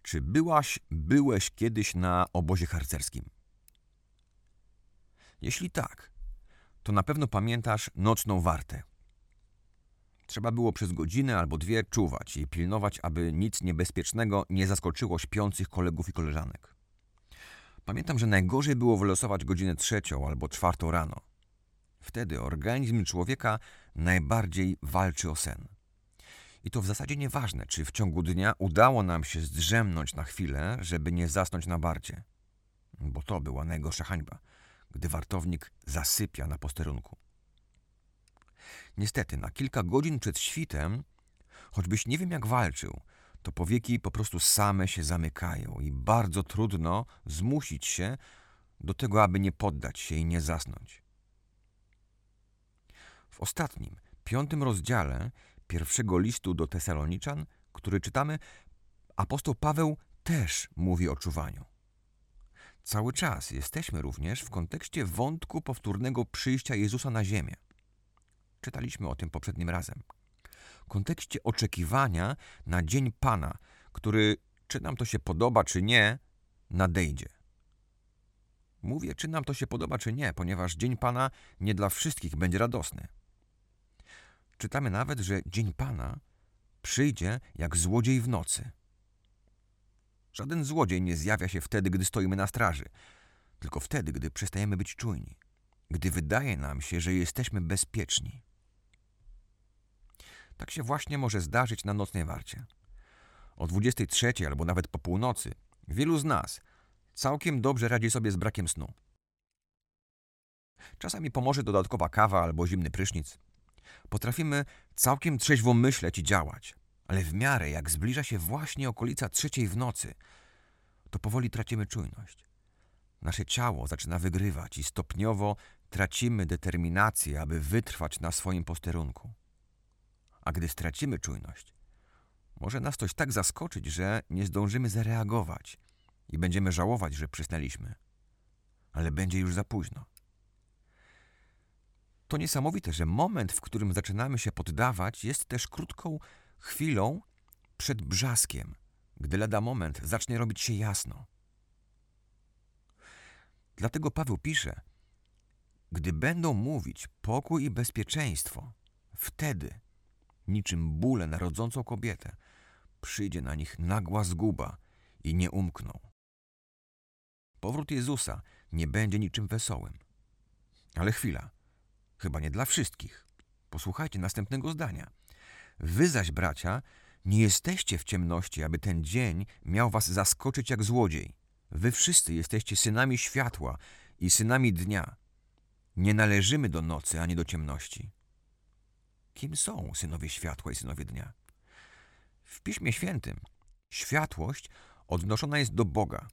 Czy byłeś kiedyś na obozie harcerskim? Jeśli tak, to na pewno pamiętasz nocną wartę. Trzeba było przez godzinę albo dwie czuwać i pilnować, aby nic niebezpiecznego nie zaskoczyło śpiących kolegów i koleżanek. Pamiętam, że najgorzej było wylosować godzinę 3 albo 4 rano. Wtedy organizm człowieka najbardziej walczy o sen. I to w zasadzie nieważne, czy w ciągu dnia udało nam się zdrzemnąć na chwilę, żeby nie zasnąć na warcie. Bo to była najgorsza hańba, gdy wartownik zasypia na posterunku. Niestety, na kilka godzin przed świtem, choćbyś nie wiem jak walczył, to powieki po prostu same się zamykają i bardzo trudno zmusić się do tego, aby nie poddać się i nie zasnąć. W ostatnim, 5 rozdziale pierwszego listu do Tesaloniczan, który czytamy, apostoł Paweł też mówi o czuwaniu. Cały czas jesteśmy również w kontekście wątku powtórnego przyjścia Jezusa na ziemię. Czytaliśmy o tym poprzednim razem. W kontekście oczekiwania na dzień Pana, który, czy nam to się podoba, czy nie, nadejdzie. Mówię, czy nam to się podoba, czy nie, ponieważ dzień Pana nie dla wszystkich będzie radosny. Czytamy nawet, że dzień Pana przyjdzie jak złodziej w nocy. Żaden złodziej nie zjawia się wtedy, gdy stoimy na straży, tylko wtedy, gdy przestajemy być czujni, gdy wydaje nam się, że jesteśmy bezpieczni. Tak się właśnie może zdarzyć na nocnej warcie. O 23 albo nawet po północy wielu z nas całkiem dobrze radzi sobie z brakiem snu. Czasami pomoże dodatkowa kawa albo zimny prysznic. Potrafimy całkiem trzeźwo myśleć i działać, ale w miarę jak zbliża się właśnie okolica 3 w nocy, to powoli tracimy czujność. Nasze ciało zaczyna wygrywać i stopniowo tracimy determinację, aby wytrwać na swoim posterunku. A gdy stracimy czujność, może nas coś tak zaskoczyć, że nie zdążymy zareagować i będziemy żałować, że przysnęliśmy. Ale będzie już za późno. To niesamowite, że moment, w którym zaczynamy się poddawać, jest też krótką chwilą przed brzaskiem, gdy lada moment zacznie robić się jasno. Dlatego Paweł pisze, gdy będą mówić pokój i bezpieczeństwo, wtedy, niczym bóle na rodzącą kobietę, przyjdzie na nich nagła zguba i nie umkną. Powrót Jezusa nie będzie niczym wesołym. Ale chwila, chyba nie dla wszystkich. Posłuchajcie następnego zdania. Wy zaś, bracia, nie jesteście w ciemności, aby ten dzień miał was zaskoczyć jak złodziej. Wy wszyscy jesteście synami światła i synami dnia. Nie należymy do nocy ani do ciemności. Kim są synowie światła i synowie dnia? W Piśmie Świętym światłość odnoszona jest do Boga.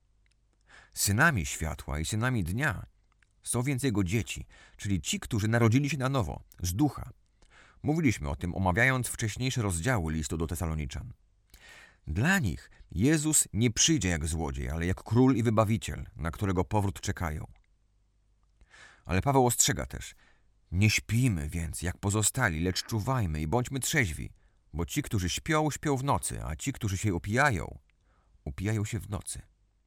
Synami światła i synami dnia są więc Jego dzieci, czyli ci, którzy narodzili się na nowo, z ducha. Mówiliśmy o tym, omawiając wcześniejsze rozdziały listu do Tesaloniczan. Dla nich Jezus nie przyjdzie jak złodziej, ale jak król i wybawiciel, na którego powrót czekają. Ale Paweł ostrzega też, nie śpijmy więc jak pozostali, lecz czuwajmy i bądźmy trzeźwi, bo ci, którzy śpią, śpią w nocy, a ci, którzy się upijają się w nocy.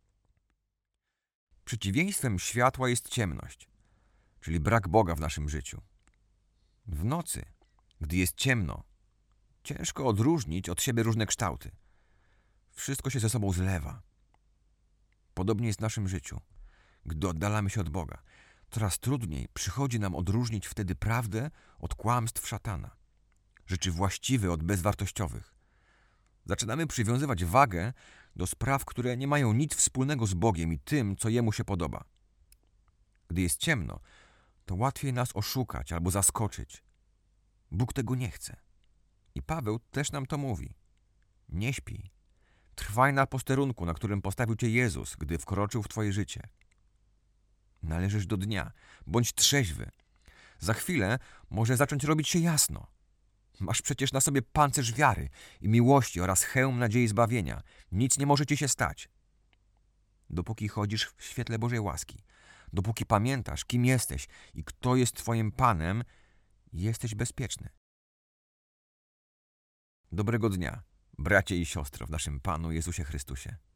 Przeciwieństwem światła jest ciemność, czyli brak Boga w naszym życiu. W nocy, gdy jest ciemno, ciężko odróżnić od siebie różne kształty. Wszystko się ze sobą zlewa. Podobnie jest w naszym życiu. Gdy oddalamy się od Boga, coraz trudniej przychodzi nam odróżnić wtedy prawdę od kłamstw szatana, rzeczy właściwe od bezwartościowych. Zaczynamy przywiązywać wagę do spraw, które nie mają nic wspólnego z Bogiem i tym, co Jemu się podoba. Gdy jest ciemno, to łatwiej nas oszukać albo zaskoczyć. Bóg tego nie chce. I Paweł też nam to mówi. Nie śpij. Trwaj na posterunku, na którym postawił cię Jezus, gdy wkroczył w twoje życie. Należysz do dnia. Bądź trzeźwy. Za chwilę może zacząć robić się jasno. Masz przecież na sobie pancerz wiary i miłości oraz hełm nadziei zbawienia. Nic nie może ci się stać. Dopóki chodzisz w świetle Bożej łaski, dopóki pamiętasz, kim jesteś i kto jest twoim Panem, jesteś bezpieczny. Dobrego dnia. Bracie i siostro w naszym Panu Jezusie Chrystusie.